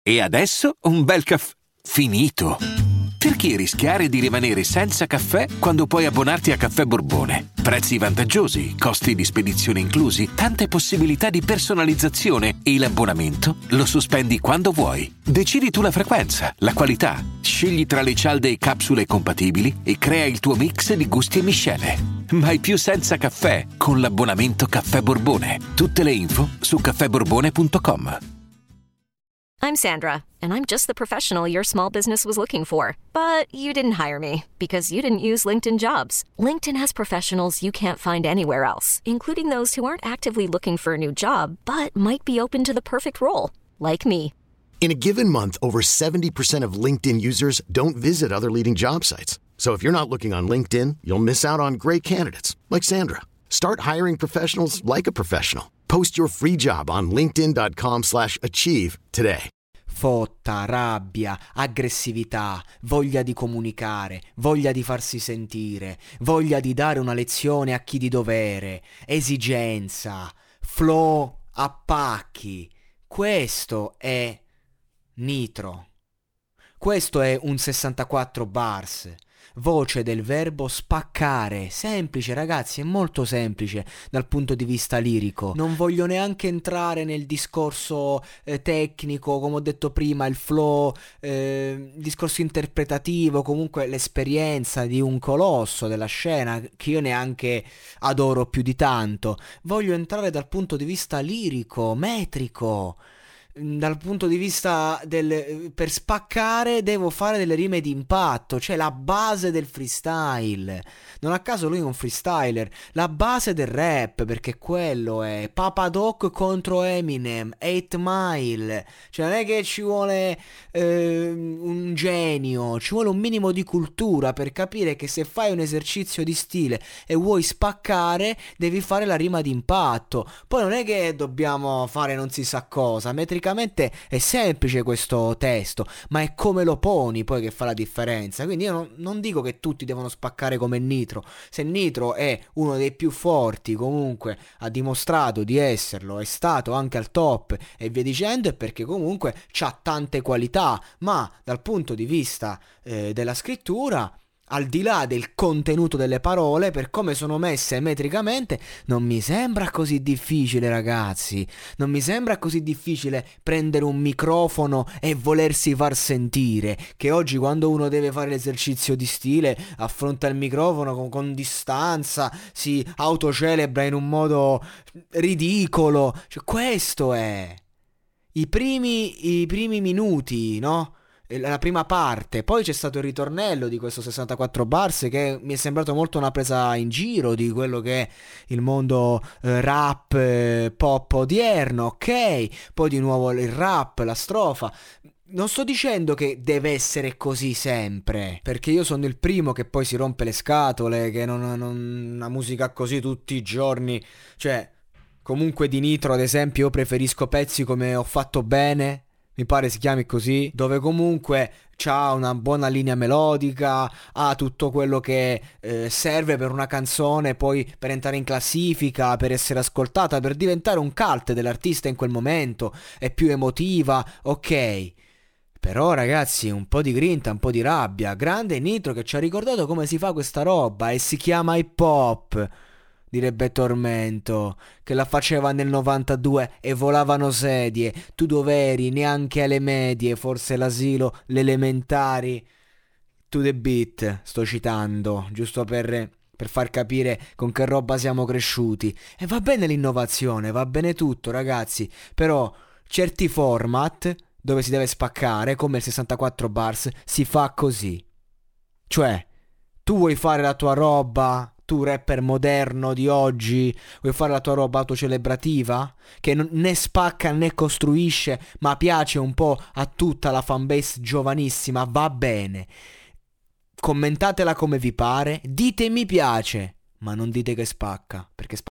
E adesso un bel caffè finito. Perché rischiare di rimanere senza caffè quando puoi abbonarti a Caffè Borbone? Prezzi vantaggiosi, costi di spedizione inclusi, tante possibilità di personalizzazione e l'abbonamento lo sospendi quando vuoi. Decidi tu la frequenza, la qualità, scegli tra le cialde e capsule compatibili e crea il tuo mix di gusti e miscele. Mai più senza caffè con l'abbonamento Caffè Borbone. Tutte le info su caffèborbone.com. I'm Sandra, and I'm just the professional your small business was looking for. But you didn't hire me because you didn't use LinkedIn Jobs. LinkedIn has professionals you can't find anywhere else, including those who aren't actively looking for a new job, but might be open to the perfect role, like me. In a given month, over 70% of LinkedIn users don't visit other leading job sites. So if you're not looking on LinkedIn, you'll miss out on great candidates like Sandra. Start hiring professionals like a professional. Post your free job on linkedin.com/achieve today. Fotta, rabbia, aggressività, voglia di comunicare, voglia di farsi sentire, voglia di dare una lezione a chi di dovere, esigenza, flow a pacchi. Questo è Nitro. Questo è un 64 bars. Voce del verbo spaccare. Semplice, ragazzi, è molto semplice dal punto di vista lirico. Non voglio neanche entrare nel discorso tecnico, come ho detto prima, il flow, il discorso interpretativo, comunque l'esperienza di un colosso della scena che io neanche adoro più di tanto. Voglio entrare dal punto di vista lirico, metrico. Dal punto di vista per spaccare devo fare delle rime di impatto, cioè la base del freestyle. Non a caso lui è un freestyler, la base del rap, perché quello è Papa Doc contro Eminem, 8 Mile. Cioè non è che ci vuole un genio, ci vuole un minimo di cultura per capire che se fai un esercizio di stile e vuoi spaccare devi fare la rima di impatto. Poi non è che dobbiamo fare non si sa cosa, metricamente è semplice questo testo, ma è come lo poni poi che fa la differenza. Quindi io non dico che tutti devono spaccare come Nitro. Se Nitro è uno dei più forti, comunque ha dimostrato di esserlo, è stato anche al top e via dicendo, è perché comunque c'ha tante qualità, ma dal punto di vista della scrittura, al di là del contenuto delle parole, per come sono messe metricamente, non mi sembra così difficile, ragazzi. Non mi sembra così difficile prendere un microfono e volersi far sentire. Che oggi, quando uno deve fare l'esercizio di stile, affronta il microfono con distanza, si autocelebra in un modo ridicolo. Cioè, questo è. I primi minuti, no? La prima parte, poi c'è stato il ritornello di questo 64 bars che mi è sembrato molto una presa in giro di quello che è il mondo rap pop odierno, ok? Poi di nuovo il rap, la strofa. Non sto dicendo che deve essere così sempre, perché io sono il primo che poi si rompe le scatole, che non una musica così tutti i giorni, cioè comunque di Nitro ad esempio io preferisco pezzi come Ho fatto bene, mi pare si chiami così, dove comunque c'ha una buona linea melodica, ha tutto quello che serve per una canzone, poi per entrare in classifica, per essere ascoltata, per diventare un cult dell'artista in quel momento, è più emotiva, ok. Però ragazzi, un po' di grinta, un po' di rabbia. Grande Nitro che ci ha ricordato come si fa questa roba e si chiama hip hop, direbbe Tormento, che la faceva nel 92 e volavano sedie. Tu dov'eri? Neanche alle medie, forse l'asilo, le elementari. To the beat, sto citando, giusto per far capire con che roba siamo cresciuti. E va bene l'innovazione, va bene tutto, ragazzi, però certi format dove si deve spaccare, come il 64 bars, si fa così. Cioè, tu vuoi fare la tua roba, tu rapper moderno di oggi, vuoi fare la tua roba autocelebrativa? Che né spacca né costruisce, ma piace un po' a tutta la fanbase giovanissima, va bene. Commentatela come vi pare, dite mi piace, ma non dite che spacca, perché spacca.